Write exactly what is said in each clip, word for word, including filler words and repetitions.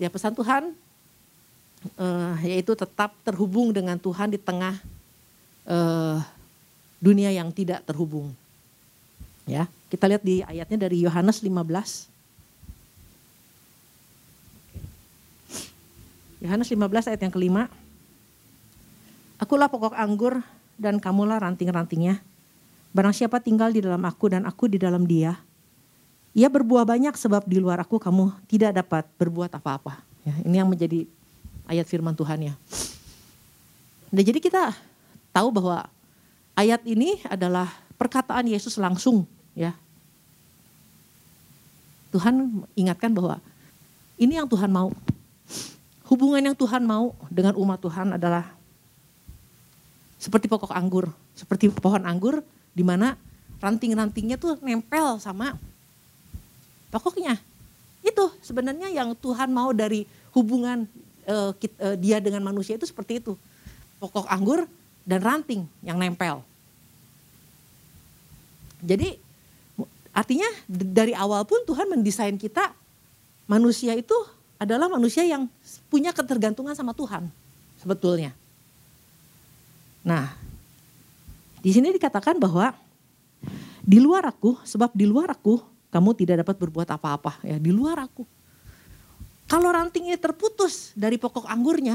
Ya, pesan Tuhan uh, yaitu tetap terhubung dengan Tuhan di tengah uh, dunia yang tidak terhubung. Ya, kita lihat di ayatnya dari Yohanes lima belas. Yohanes lima belas ayat yang kelima. Akulah pokok anggur dan kamulah ranting-rantingnya. Barang siapa tinggal di dalam aku dan aku di dalam dia, ia berbuah banyak sebab di luar aku kamu tidak dapat berbuat apa-apa. Ya, ini yang menjadi ayat firman Tuhan ya. Nah, jadi kita tahu bahwa ayat ini adalah perkataan Yesus langsung ya. Tuhan ingatkan bahwa ini yang Tuhan mau. Hubungan yang Tuhan mau dengan umat Tuhan adalah seperti pokok anggur, seperti pohon anggur di mana ranting-rantingnya tuh nempel sama pokoknya. Itu sebenarnya yang Tuhan mau dari hubungan uh, kita, uh, dia dengan manusia itu seperti itu. Pokok anggur dan ranting yang nempel. Jadi artinya dari awal pun Tuhan mendesain kita, manusia itu adalah manusia yang punya ketergantungan sama Tuhan sebetulnya. Nah, di sini dikatakan bahwa di luar aku, sebab di luar aku kamu tidak dapat berbuat apa-apa. Ya, di luar aku. Kalau ranting ini terputus dari pokok anggurnya,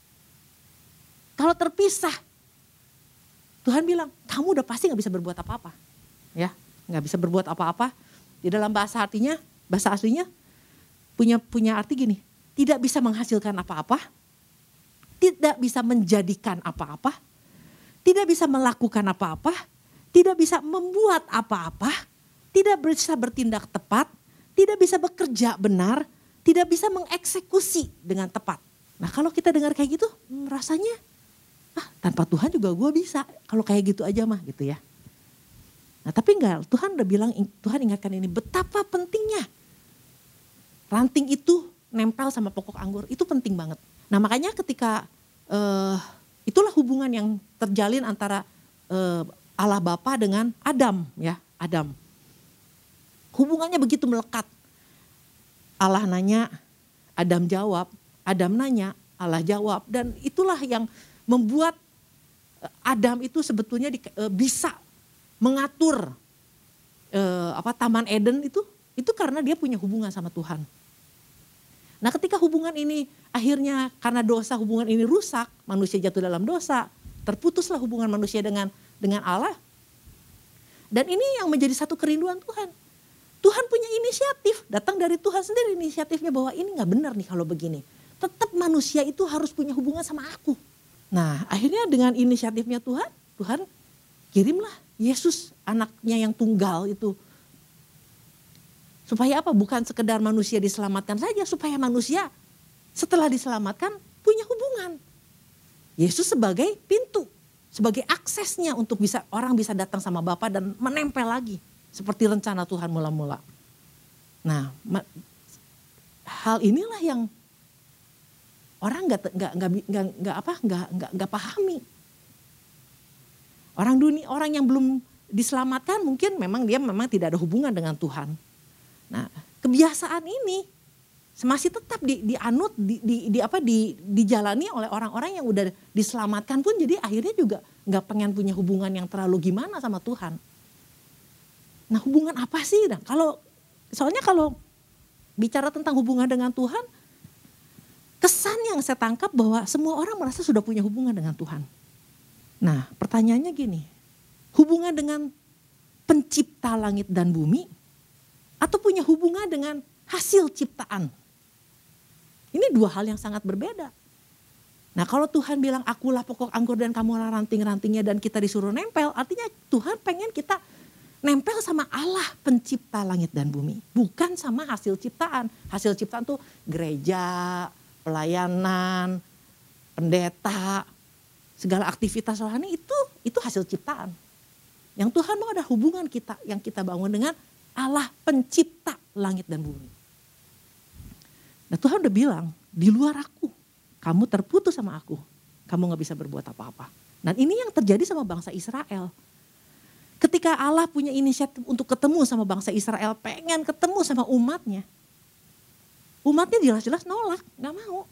kalau terpisah, Tuhan bilang kamu udah pasti nggak bisa berbuat apa-apa. Ya, nggak bisa berbuat apa-apa. Di dalam bahasa artinya, bahasa aslinya punya punya arti gini, tidak bisa menghasilkan apa-apa, tidak bisa menjadikan apa-apa, tidak bisa melakukan apa-apa, tidak bisa membuat apa-apa, tidak bisa bertindak tepat, tidak bisa bekerja benar, tidak bisa mengeksekusi dengan tepat. Nah, kalau kita dengar kayak gitu, hmm, rasanya ah, tanpa Tuhan juga gue bisa. Kalau kayak gitu aja mah gitu ya. Nah, tapi enggak, Tuhan udah bilang, Tuhan ingatkan ini betapa pentingnya ranting itu nempel sama pokok anggur, itu penting banget. Nah, makanya ketika uh, itulah hubungan yang terjalin antara uh, Allah Bapa dengan Adam ya, Adam. Hubungannya begitu melekat. Allah nanya, Adam jawab, Adam nanya, Allah jawab. Dan itulah yang membuat Adam itu sebetulnya di, e, bisa mengatur e, apa Taman Eden itu, itu karena dia punya hubungan sama Tuhan. Nah, ketika hubungan ini akhirnya karena dosa hubungan ini rusak, manusia jatuh dalam dosa, terputuslah hubungan manusia dengan dengan Allah. Dan ini yang menjadi satu kerinduan Tuhan. Tuhan punya inisiatif, datang dari Tuhan sendiri inisiatifnya bahwa ini gak benar nih kalau begini. Tetap manusia itu harus punya hubungan sama aku. Nah, akhirnya dengan inisiatifnya Tuhan, Tuhan kirimlah Yesus anaknya yang tunggal itu. Supaya apa? Bukan sekedar manusia diselamatkan saja, supaya manusia setelah diselamatkan punya hubungan. Yesus sebagai pintu, sebagai aksesnya untuk bisa orang bisa datang sama Bapa dan menempel lagi. Seperti rencana Tuhan mula-mula. Nah, hal inilah yang orang nggak nggak nggak nggak nggak apa nggak nggak nggak pahami. Orang dunia, orang yang belum diselamatkan mungkin memang dia memang tidak ada hubungan dengan Tuhan. Nah, kebiasaan ini masih tetap di, dianut, di, di, di apa di, dijalani oleh orang-orang yang udah diselamatkan pun, jadi akhirnya juga nggak pengen punya hubungan yang terlalu gimana sama Tuhan. Nah, hubungan apa sih? Nah, kalau soalnya kalau bicara tentang hubungan dengan Tuhan, kesan yang saya tangkap bahwa semua orang merasa sudah punya hubungan dengan Tuhan. Nah, pertanyaannya gini, hubungan dengan pencipta langit dan bumi atau punya hubungan dengan hasil ciptaan? Ini dua hal yang sangat berbeda. Nah, kalau Tuhan bilang akulah pokok anggur dan kamulah ranting-rantingnya dan kita disuruh nempel, artinya Tuhan pengen kita nempel sama Allah pencipta langit dan bumi. Bukan sama hasil ciptaan. Hasil ciptaan tuh gereja, pelayanan, pendeta, segala aktivitas rohani itu itu hasil ciptaan. Yang Tuhan mau ada hubungan kita yang kita bangun dengan Allah pencipta langit dan bumi. Nah, Tuhan udah bilang, di luar aku, kamu terputus sama aku. Kamu gak bisa berbuat apa-apa. Dan ini yang terjadi sama bangsa Israel. Ketika Allah punya inisiatif untuk ketemu sama bangsa Israel, pengen ketemu sama umatnya. Umatnya jelas-jelas nolak, gak mau.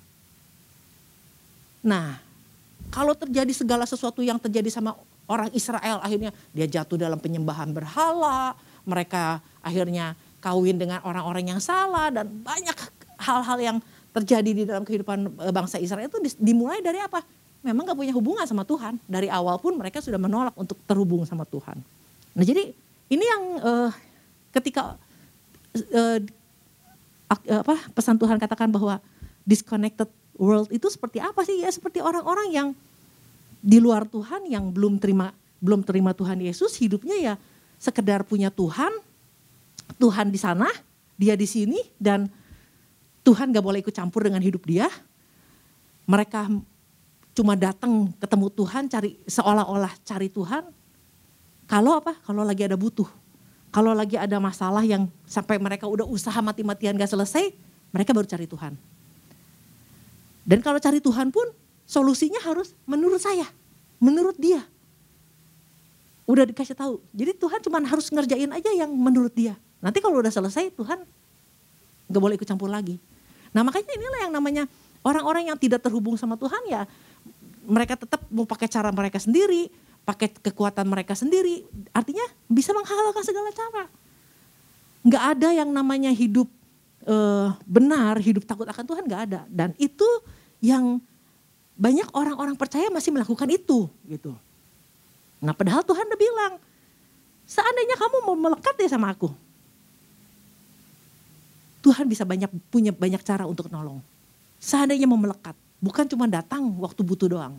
Nah, kalau terjadi segala sesuatu yang terjadi sama orang Israel, akhirnya dia jatuh dalam penyembahan berhala, mereka akhirnya kawin dengan orang-orang yang salah, dan banyak hal-hal yang terjadi di dalam kehidupan bangsa Israel itu dimulai dari apa? Memang gak punya hubungan sama Tuhan. Dari awal pun mereka sudah menolak untuk terhubung sama Tuhan. Nah jadi ini yang uh, ketika uh, apa pesan Tuhan katakan bahwa disconnected world itu seperti apa sih? Ya seperti orang-orang yang di luar Tuhan yang belum terima belum terima Tuhan Yesus, hidupnya ya sekedar punya Tuhan, Tuhan di sana, dia di sini, dan Tuhan gak boleh ikut campur dengan hidup dia. Mereka cuma datang ketemu Tuhan, cari seolah-olah cari Tuhan. Kalau apa? Kalau lagi ada butuh. Kalau lagi ada masalah yang sampai mereka udah usaha mati-matian gak selesai, mereka baru cari Tuhan. Dan kalau cari Tuhan pun solusinya harus menurut saya, menurut dia. Udah dikasih tahu. Jadi Tuhan cuma harus ngerjain aja yang menurut dia. Nanti kalau udah selesai Tuhan gak boleh ikut campur lagi. Nah makanya inilah yang namanya orang-orang yang tidak terhubung sama Tuhan, ya mereka tetap mau pakai cara mereka sendiri, pakai kekuatan mereka sendiri, artinya bisa menghalalkan segala cara. Gak ada yang namanya hidup e, benar, hidup takut akan Tuhan, gak ada. Dan itu yang banyak orang-orang percaya masih melakukan itu gitu. Nah padahal Tuhan udah bilang, seandainya kamu mau melekat ya sama aku, Tuhan bisa banyak punya banyak cara untuk nolong. Seandainya mau melekat, bukan cuma datang waktu butuh doang.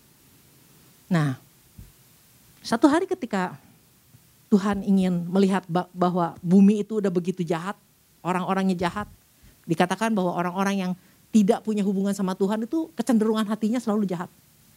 Nah, satu hari ketika Tuhan ingin melihat bahwa bumi itu udah begitu jahat, orang-orangnya jahat, dikatakan bahwa orang-orang yang tidak punya hubungan sama Tuhan itu kecenderungan hatinya selalu jahat.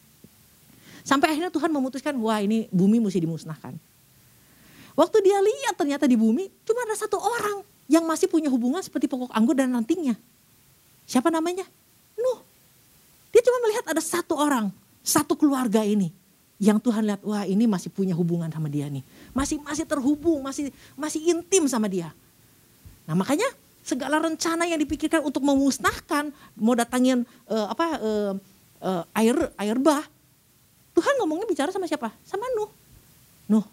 Sampai akhirnya Tuhan memutuskan, wah ini bumi mesti dimusnahkan. Waktu dia lihat ternyata di bumi cuma ada satu orang yang masih punya hubungan seperti pokok anggur dan rantingnya. Siapa namanya? Nuh. Dia cuma melihat ada satu orang, satu keluarga ini yang Tuhan lihat, wah ini masih punya hubungan sama dia nih. Masih masih terhubung, masih masih intim sama dia. Nah makanya segala rencana yang dipikirkan untuk memusnahkan, mau datangin uh, apa uh, uh, air air bah, Tuhan ngomongnya bicara sama siapa? Sama Nuh. Nuh,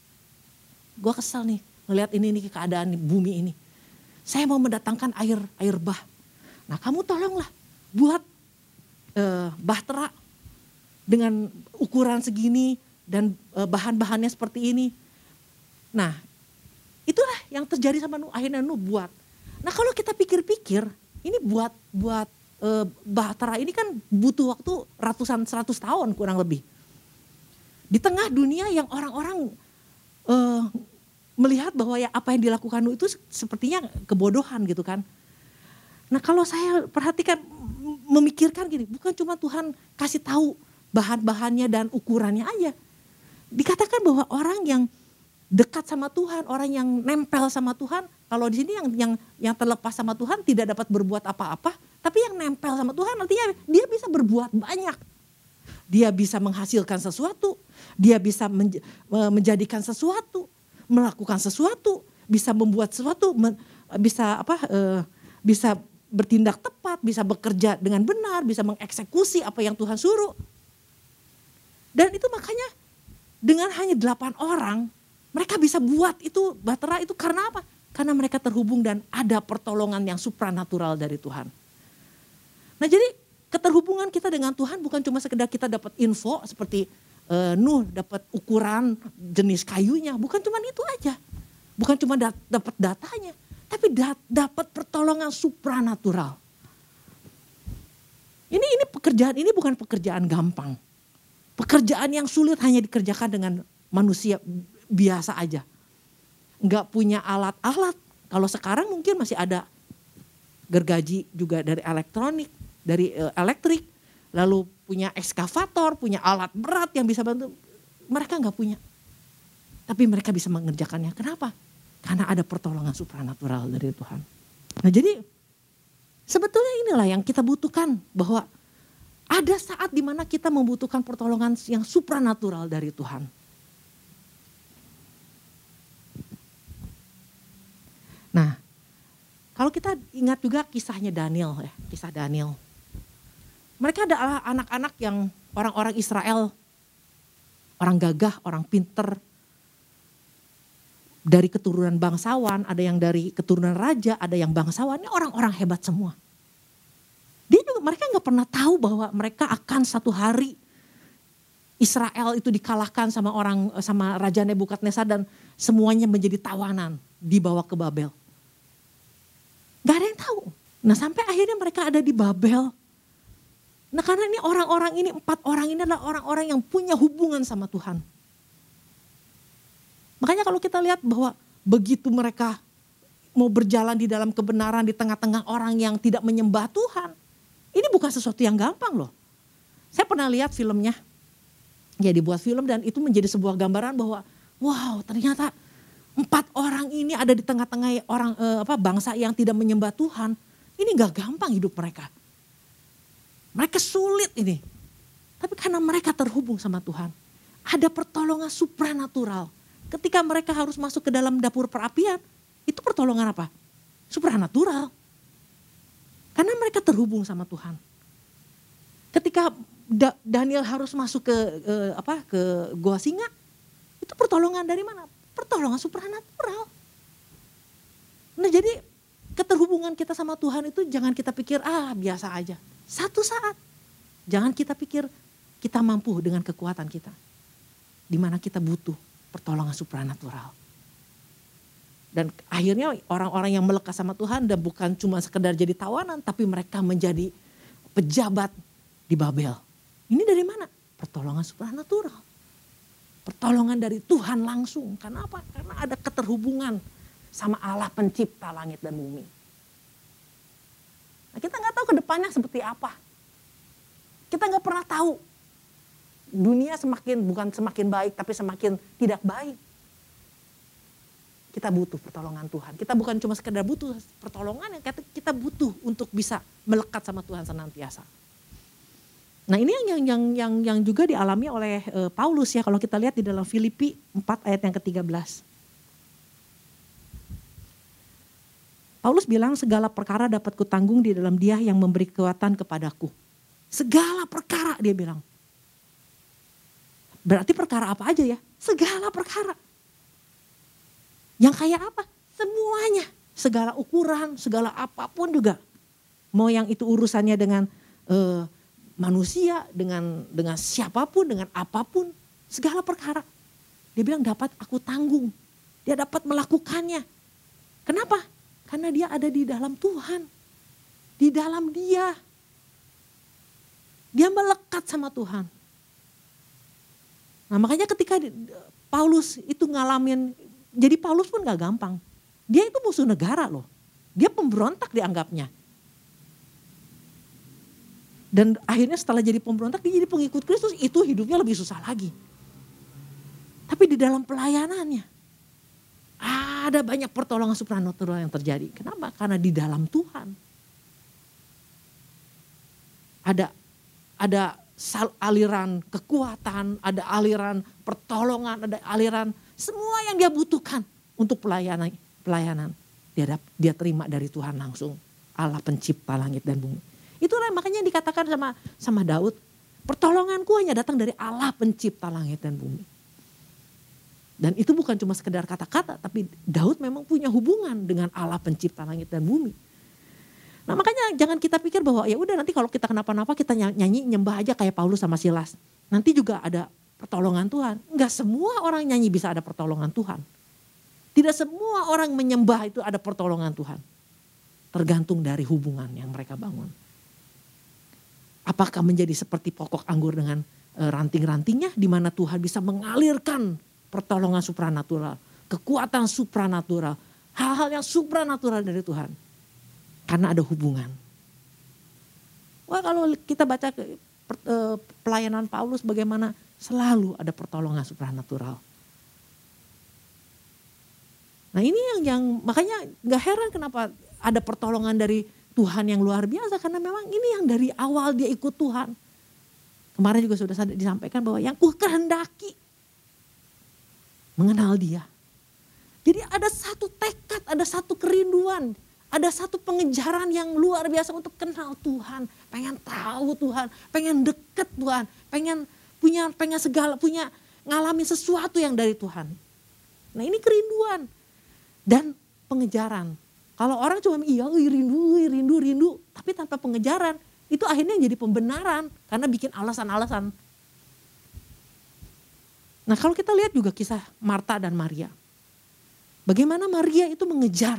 gue kesal nih ngelihat ini nih keadaan bumi ini. Saya mau mendatangkan air air bah. Nah kamu tolonglah buat uh, bahtera dengan ukuran segini dan uh, bahan-bahannya seperti ini. Nah itulah yang terjadi sama Nuh. Akhirnya Nuh buat. Nah kalau kita pikir-pikir, ini buat buat uh, bahtera ini kan butuh waktu ratusan seratus tahun kurang lebih. Di tengah dunia yang orang-orang uh, melihat bahwa ya apa yang dilakukan Nuh itu sepertinya kebodohan gitu kan. Nah kalau saya perhatikan, memikirkan gini, bukan cuma Tuhan kasih tahu bahan-bahannya dan ukurannya aja. Dikatakan bahwa orang yang dekat sama Tuhan, orang yang nempel sama Tuhan, kalau di sini yang yang yang terlepas sama Tuhan tidak dapat berbuat apa-apa, tapi yang nempel sama Tuhan artinya dia bisa berbuat banyak. Dia bisa menghasilkan sesuatu, dia bisa menj- menjadikan sesuatu, melakukan sesuatu, bisa membuat sesuatu, men, bisa apa? Uh, bisa bertindak tepat, bisa bekerja dengan benar, bisa mengeksekusi apa yang Tuhan suruh. Dan itu makanya dengan hanya delapan orang, mereka bisa buat itu bahtera itu karena apa? Karena mereka terhubung dan ada pertolongan yang supranatural dari Tuhan. Nah jadi keterhubungan kita dengan Tuhan bukan cuma sekedar kita dapat info seperti uh, Nuh dapat ukuran jenis kayunya, bukan cuma itu aja. Bukan cuma dat- dapat datanya, tapi dat- dapat pertolongan supranatural. Ini ini pekerjaan ini bukan pekerjaan gampang. Pekerjaan yang sulit hanya dikerjakan dengan manusia biasa aja. Enggak punya alat-alat. Kalau sekarang mungkin masih ada gergaji juga dari elektronik, dari uh, elektrik. Lalu punya ekskavator, punya alat berat yang bisa bantu. Mereka enggak punya. Tapi mereka bisa mengerjakannya. Kenapa? Karena ada pertolongan supranatural dari Tuhan. Nah jadi sebetulnya inilah yang kita butuhkan, bahwa ada saat dimana kita membutuhkan pertolongan yang supranatural dari Tuhan. Nah Kalau kita ingat juga kisahnya Daniel ya, kisah Daniel. Mereka adalah anak-anak yang orang-orang Israel, orang gagah, orang pinter, dari keturunan bangsawan, ada yang dari keturunan raja, ada yang bangsawan, ini orang-orang hebat semua. Dia juga, mereka nggak pernah tahu bahwa mereka akan satu hari Israel itu dikalahkan sama orang, sama Raja Nebukadnezar dan semuanya menjadi tawanan, dibawa ke Babel. Gak ada yang tahu. Nah sampai akhirnya mereka ada di Babel. Nah karena ini orang-orang ini, empat orang ini adalah orang-orang yang punya hubungan sama Tuhan. Makanya kalau kita lihat bahwa begitu mereka mau berjalan di dalam kebenaran di tengah-tengah orang yang tidak menyembah Tuhan. Ini bukan sesuatu yang gampang loh. Saya pernah lihat filmnya. Ya dibuat film dan itu menjadi sebuah gambaran bahwa wow ternyata empat orang ini ada di tengah-tengah orang eh, apa bangsa yang tidak menyembah Tuhan. Ini gak gampang hidup mereka. Mereka sulit ini. Tapi karena mereka terhubung sama Tuhan. Ada pertolongan supranatural. Ketika mereka harus masuk ke dalam dapur perapian. Itu pertolongan apa? Supranatural. Karena mereka terhubung sama Tuhan. Ketika Da- Daniel harus masuk ke eh, apa ke gua singa, itu pertolongan dari mana? Pertolongan supranatural. Nah jadi keterhubungan kita sama Tuhan itu jangan kita pikir ah biasa aja. Satu saat, jangan kita pikir kita mampu dengan kekuatan kita. Di mana kita butuh pertolongan supranatural. Dan akhirnya orang-orang yang melekat sama Tuhan dan bukan cuma sekedar jadi tawanan, tapi mereka menjadi pejabat di Babel. Ini dari mana? Pertolongan supranatural. Pertolongan dari Tuhan langsung. Karena apa? Karena ada keterhubungan sama Allah pencipta langit dan bumi. Nah, kita nggak tahu ke depannya seperti apa. Kita nggak pernah tahu. Dunia semakin, bukan semakin baik, tapi semakin tidak baik. Kita butuh pertolongan Tuhan. Kita bukan cuma sekedar butuh pertolongan, kita butuh untuk bisa melekat sama Tuhan senantiasa. Nah ini yang yang yang yang juga dialami oleh uh, Paulus ya kalau kita lihat di dalam Filipi empat ayat yang ketiga belas. Paulus bilang segala perkara dapat kutanggung di dalam Dia yang memberi kekuatan kepadaku. Segala perkara dia bilang. Berarti perkara apa aja ya? Segala perkara. Yang kayak apa? Semuanya. Segala ukuran, segala apapun juga. Mau yang itu urusannya dengan uh, manusia, dengan dengan siapapun, dengan apapun, segala perkara. Dia bilang dapat aku tanggung. Dia dapat melakukannya. Kenapa? Karena dia ada di dalam Tuhan. Di dalam Dia. Dia melekat sama Tuhan. Nah makanya ketika Paulus itu ngalamin, jadi Paulus pun gak gampang. Dia itu musuh negara loh. Dia pemberontak dianggapnya. Dan akhirnya setelah jadi pemberontak dia jadi pengikut Kristus, itu hidupnya lebih susah lagi. Tapi di dalam pelayanannya ada banyak pertolongan supranatural yang terjadi. Kenapa? Karena di dalam Tuhan. Ada ada aliran kekuatan, ada aliran pertolongan, ada aliran semua yang dia butuhkan untuk pelayanan. Pelayanan dia dia terima dari Tuhan langsung, Allah pencipta langit dan bumi. Itulah makanya dikatakan sama sama Daud, pertolonganku hanya datang dari Allah pencipta langit dan bumi. Dan itu bukan cuma sekedar kata-kata, tapi Daud memang punya hubungan dengan Allah pencipta langit dan bumi. Nah makanya jangan kita pikir bahwa ya udah nanti kalau kita kenapa-napa kita nyanyi nyembah aja kayak Paulus sama Silas. Nanti juga ada pertolongan Tuhan. Enggak semua orang nyanyi bisa ada pertolongan Tuhan. Tidak semua orang menyembah itu ada pertolongan Tuhan. Tergantung dari hubungan yang mereka bangun. Apakah menjadi seperti pokok anggur dengan e, ranting-rantingnya di mana Tuhan bisa mengalirkan pertolongan supranatural, kekuatan supranatural, hal-hal yang supranatural dari Tuhan. Karena ada hubungan. Wah kalau kita baca ke, per, e, pelayanan Paulus bagaimana selalu ada pertolongan supranatural. Nah ini yang, yang makanya gak heran kenapa ada pertolongan dari Tuhan yang luar biasa karena memang ini yang dari awal dia ikut Tuhan. Kemarin juga sudah disampaikan bahwa yang ku kehendaki mengenal Dia. Jadi ada satu tekad, ada satu kerinduan, Ada satu pengejaran yang luar biasa untuk kenal Tuhan. Pengen tahu Tuhan, pengen deket Tuhan, pengen punya pengen segala punya ngalamin sesuatu yang dari Tuhan. Nah ini kerinduan dan pengejaran. Kalau orang cuma iya rindu, rindu, rindu, tapi tanpa pengejaran, itu akhirnya jadi pembenaran karena bikin alasan-alasan. Nah kalau kita lihat juga kisah Marta dan Maria. Bagaimana Maria itu mengejar.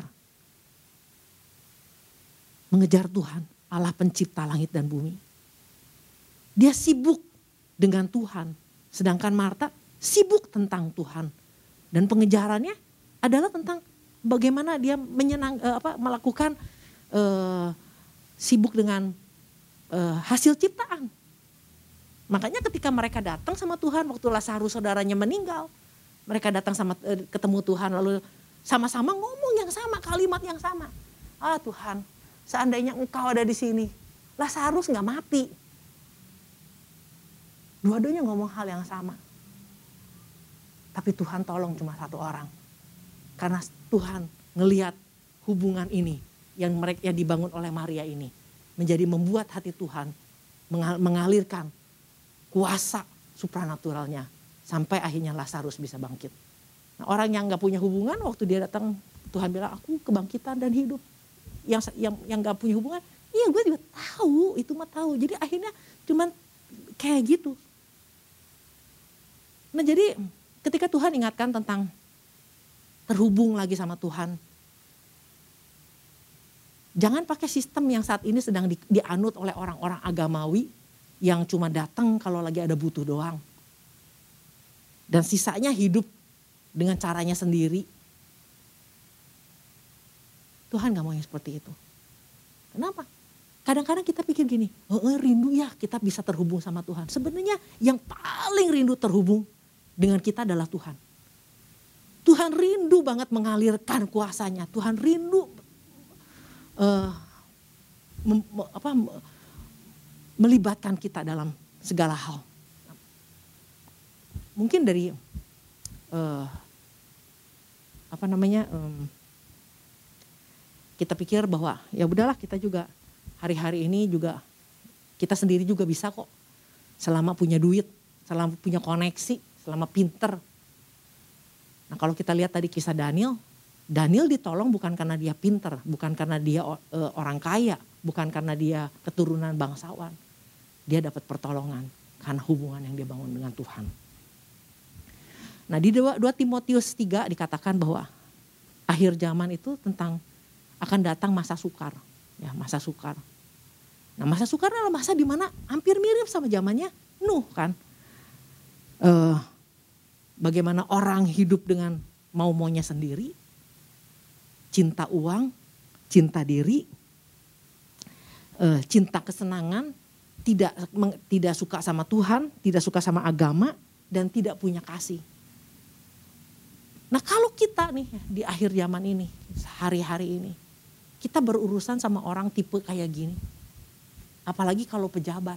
Mengejar Tuhan, Allah pencipta langit dan bumi. Dia sibuk dengan Tuhan. Sedangkan Marta sibuk tentang Tuhan. Dan pengejarannya adalah tentang bagaimana dia menyenang, eh, apa, melakukan eh, sibuk dengan eh, hasil ciptaan. Makanya ketika mereka datang sama Tuhan waktu Lazarus saudaranya meninggal. Mereka datang sama eh, ketemu Tuhan lalu sama-sama ngomong yang sama, kalimat yang sama. Ah Tuhan, seandainya Engkau ada di sini, Lazarus nggak mati. Dua-duanya ngomong hal yang sama. Tapi Tuhan tolong cuma satu orang. Karena Tuhan ngelihat hubungan ini yang mereka yang dibangun oleh Maria ini menjadi membuat hati Tuhan mengalirkan kuasa supranaturalnya sampai akhirnya Lazarus bisa bangkit. Nah, orang yang nggak punya hubungan waktu dia datang Tuhan bilang aku kebangkitan dan hidup. Yang yang yang nggak punya hubungan, iya gue juga tahu itu mah tahu. Jadi akhirnya cuman kayak gitu. Nah jadi ketika Tuhan ingatkan tentang terhubung lagi sama Tuhan. Jangan pakai sistem yang saat ini sedang di, dianut oleh orang-orang agamawi yang cuma datang kalau lagi ada butuh doang. Dan sisanya hidup dengan caranya sendiri. Tuhan gak mau yang seperti itu. Kenapa? Kadang-kadang kita pikir gini, oh, rindu ya kita bisa terhubung sama Tuhan. Sebenarnya yang paling rindu terhubung dengan kita adalah Tuhan. Tuhan rindu banget mengalirkan kuasanya. Tuhan rindu uh, mem, apa, melibatkan kita dalam segala hal. Mungkin dari uh, apa namanya um, kita pikir bahwa ya udahlah kita juga hari-hari ini juga kita sendiri juga bisa kok selama punya duit, selama punya koneksi, selama pinter. Nah kalau kita lihat tadi kisah Daniel, Daniel ditolong bukan karena dia pinter, bukan karena dia uh, orang kaya, bukan karena dia keturunan bangsawan. Dia dapat pertolongan karena hubungan yang dia bangun dengan Tuhan. Nah di dua Timotius tiga dikatakan bahwa akhir zaman itu tentang akan datang masa sukar. Ya, masa sukar. Nah masa sukar adalah masa di mana hampir mirip sama zamannya Nuh kan. Uh, bagaimana orang hidup dengan mau-maunya sendiri. Cinta uang, cinta diri, uh, cinta kesenangan, tidak tidak suka sama Tuhan, tidak suka sama agama, dan tidak punya kasih. Nah kalau kita nih di akhir zaman ini, hari-hari ini, kita berurusan sama orang tipe kayak gini. Apalagi kalau pejabat.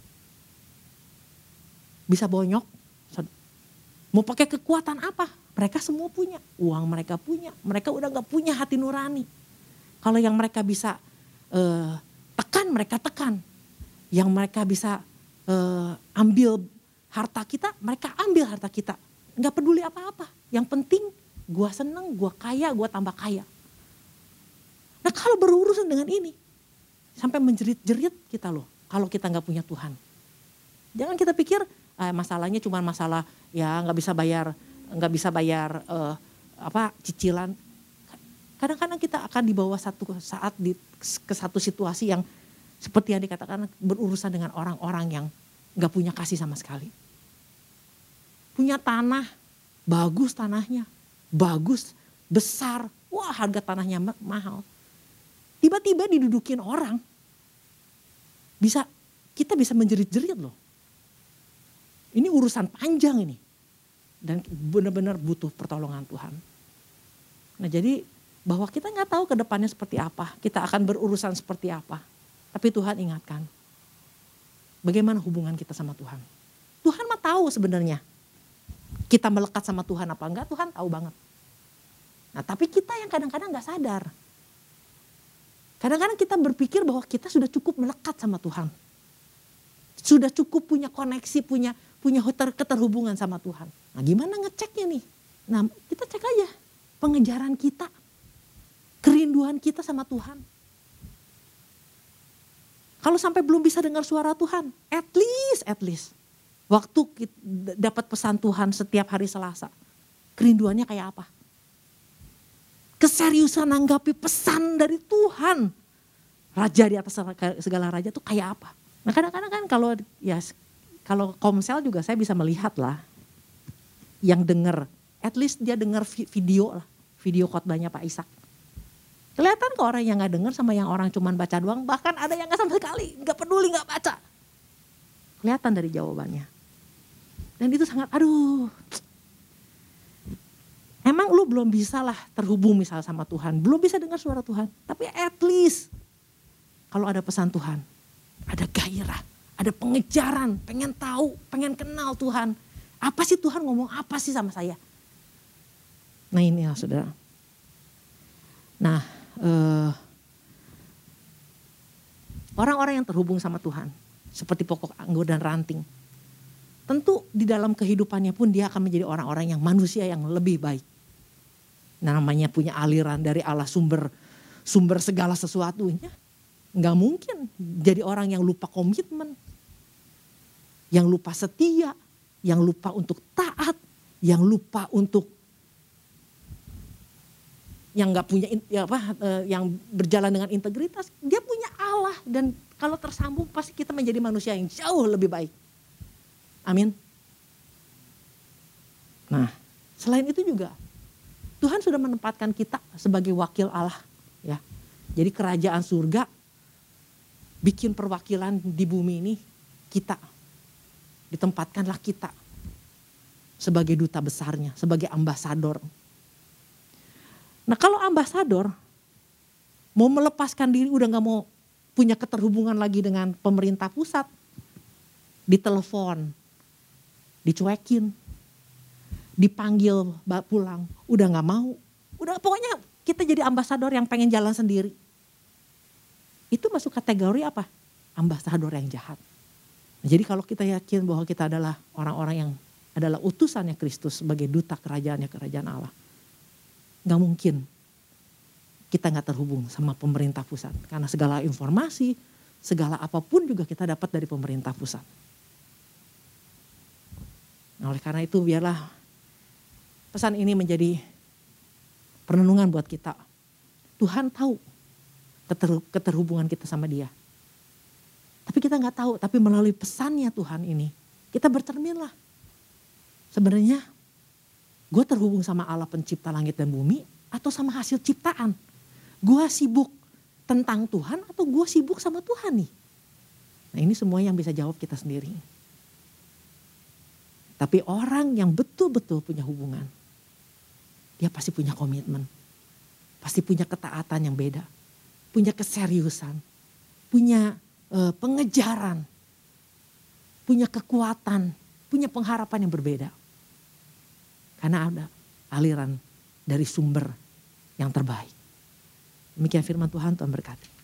Bisa bonyok. Mau pakai kekuatan apa? Mereka semua punya. Uang mereka punya. Mereka udah gak punya hati nurani. Kalau yang mereka bisa uh, tekan, mereka tekan. Yang mereka bisa uh, ambil harta kita, mereka ambil harta kita. Gak peduli apa-apa. Yang penting gue seneng, gue kaya, gue tambah kaya. Nah kalau berurusan dengan ini, sampai menjerit-jerit kita loh. Kalau kita gak punya Tuhan. Jangan kita pikir eh, masalahnya cuma masalah ya gak bisa bayar, gak bisa bayar eh, apa cicilan. Kadang-kadang kita akan dibawa satu saat di, ke satu situasi yang seperti yang dikatakan berurusan dengan orang-orang yang gak punya kasih sama sekali. Punya tanah, bagus tanahnya, bagus, besar, wah harga tanahnya mahal. Tiba-tiba didudukin orang, bisa kita bisa menjerit-jerit loh. Ini urusan panjang ini. Dan benar-benar butuh pertolongan Tuhan. Nah jadi bahwa kita gak tahu ke depannya seperti apa. Kita akan berurusan seperti apa. Tapi Tuhan ingatkan. Bagaimana hubungan kita sama Tuhan. Tuhan mah tahu sebenarnya. Kita melekat sama Tuhan apa enggak, Tuhan tahu banget. Nah tapi kita yang kadang-kadang gak sadar. Kadang-kadang kita berpikir bahwa kita sudah cukup melekat sama Tuhan. Sudah cukup punya koneksi, punya punya keterhubungan sama Tuhan. Nah gimana ngeceknya nih? Nah kita cek aja pengejaran kita, kerinduan kita sama Tuhan. Kalau sampai belum bisa dengar suara Tuhan, at least, at least. Waktu kita dapat pesan Tuhan setiap hari Selasa, kerinduannya kayak apa? Keseriusan nanggapi pesan dari Tuhan. Raja di atas segala raja itu kayak apa? Nah kadang-kadang kan kalau ya kalau komsel juga saya bisa melihat lah. Yang denger, at least dia denger video lah. Video khotbahnya Pak Ishak. Kelihatan kok orang yang gak denger sama yang orang cuman baca doang. Bahkan ada yang gak sama sekali, gak peduli, gak baca. Kelihatan dari jawabannya. Dan itu sangat aduh. Emang lu belum bisa lah terhubung misal sama Tuhan. Belum bisa dengar suara Tuhan. Tapi at least kalau ada pesan Tuhan. Ada gairah, ada pengejaran, pengen tahu, pengen kenal Tuhan. Apa sih Tuhan ngomong apa sih sama saya? Nah ini ya saudara. Nah eh, orang-orang yang terhubung sama Tuhan. Seperti pokok anggur dan ranting. Tentu di dalam kehidupannya pun dia akan menjadi orang-orang yang manusia yang lebih baik. Nah, namanya punya aliran dari Allah sumber sumber segala sesuatunya. Nggak mungkin jadi orang yang lupa komitmen. Yang lupa setia. Yang lupa untuk taat. Yang lupa untuk yang nggak punya ya apa yang berjalan dengan integritas. Dia punya Allah dan kalau tersambung pasti kita menjadi manusia yang jauh lebih baik. Amin. Nah, selain itu juga Tuhan sudah menempatkan kita sebagai wakil Allah, ya. Jadi kerajaan surga bikin perwakilan di bumi ini kita. Ditempatkanlah kita sebagai duta besarnya, sebagai ambasador. Nah, kalau ambasador mau melepaskan diri udah gak mau punya keterhubungan lagi dengan pemerintah pusat, ditelepon, dicuekin, dipanggil pulang, udah gak mau. Udah pokoknya kita jadi ambasador yang pengen jalan sendiri. Itu masuk kategori apa? Ambasador yang jahat. Nah, jadi kalau kita yakin bahwa kita adalah orang-orang yang adalah utusannya Kristus sebagai duta kerajaannya kerajaan Allah. Gak mungkin kita gak terhubung sama pemerintah pusat. Karena segala informasi, segala apapun juga kita dapat dari pemerintah pusat. Nah, oleh karena itu biarlah pesan ini menjadi perenungan buat kita. Tuhan tahu keterhubungan kita sama Dia. Tapi kita gak tahu, tapi melalui pesannya Tuhan ini, kita bercerminlah. Sebenarnya gue terhubung sama Allah pencipta langit dan bumi atau sama hasil ciptaan. Gue sibuk tentang Tuhan atau gue sibuk sama Tuhan nih. Nah ini semua yang bisa jawab kita sendiri. Tapi orang yang betul-betul punya hubungan, dia pasti punya komitmen. Pasti punya ketaatan yang beda. Punya keseriusan. Punya e, pengejaran. Punya kekuatan. Punya pengharapan yang berbeda. Karena ada aliran dari sumber yang terbaik. Demikian firman Tuhan, Tuhan berkati.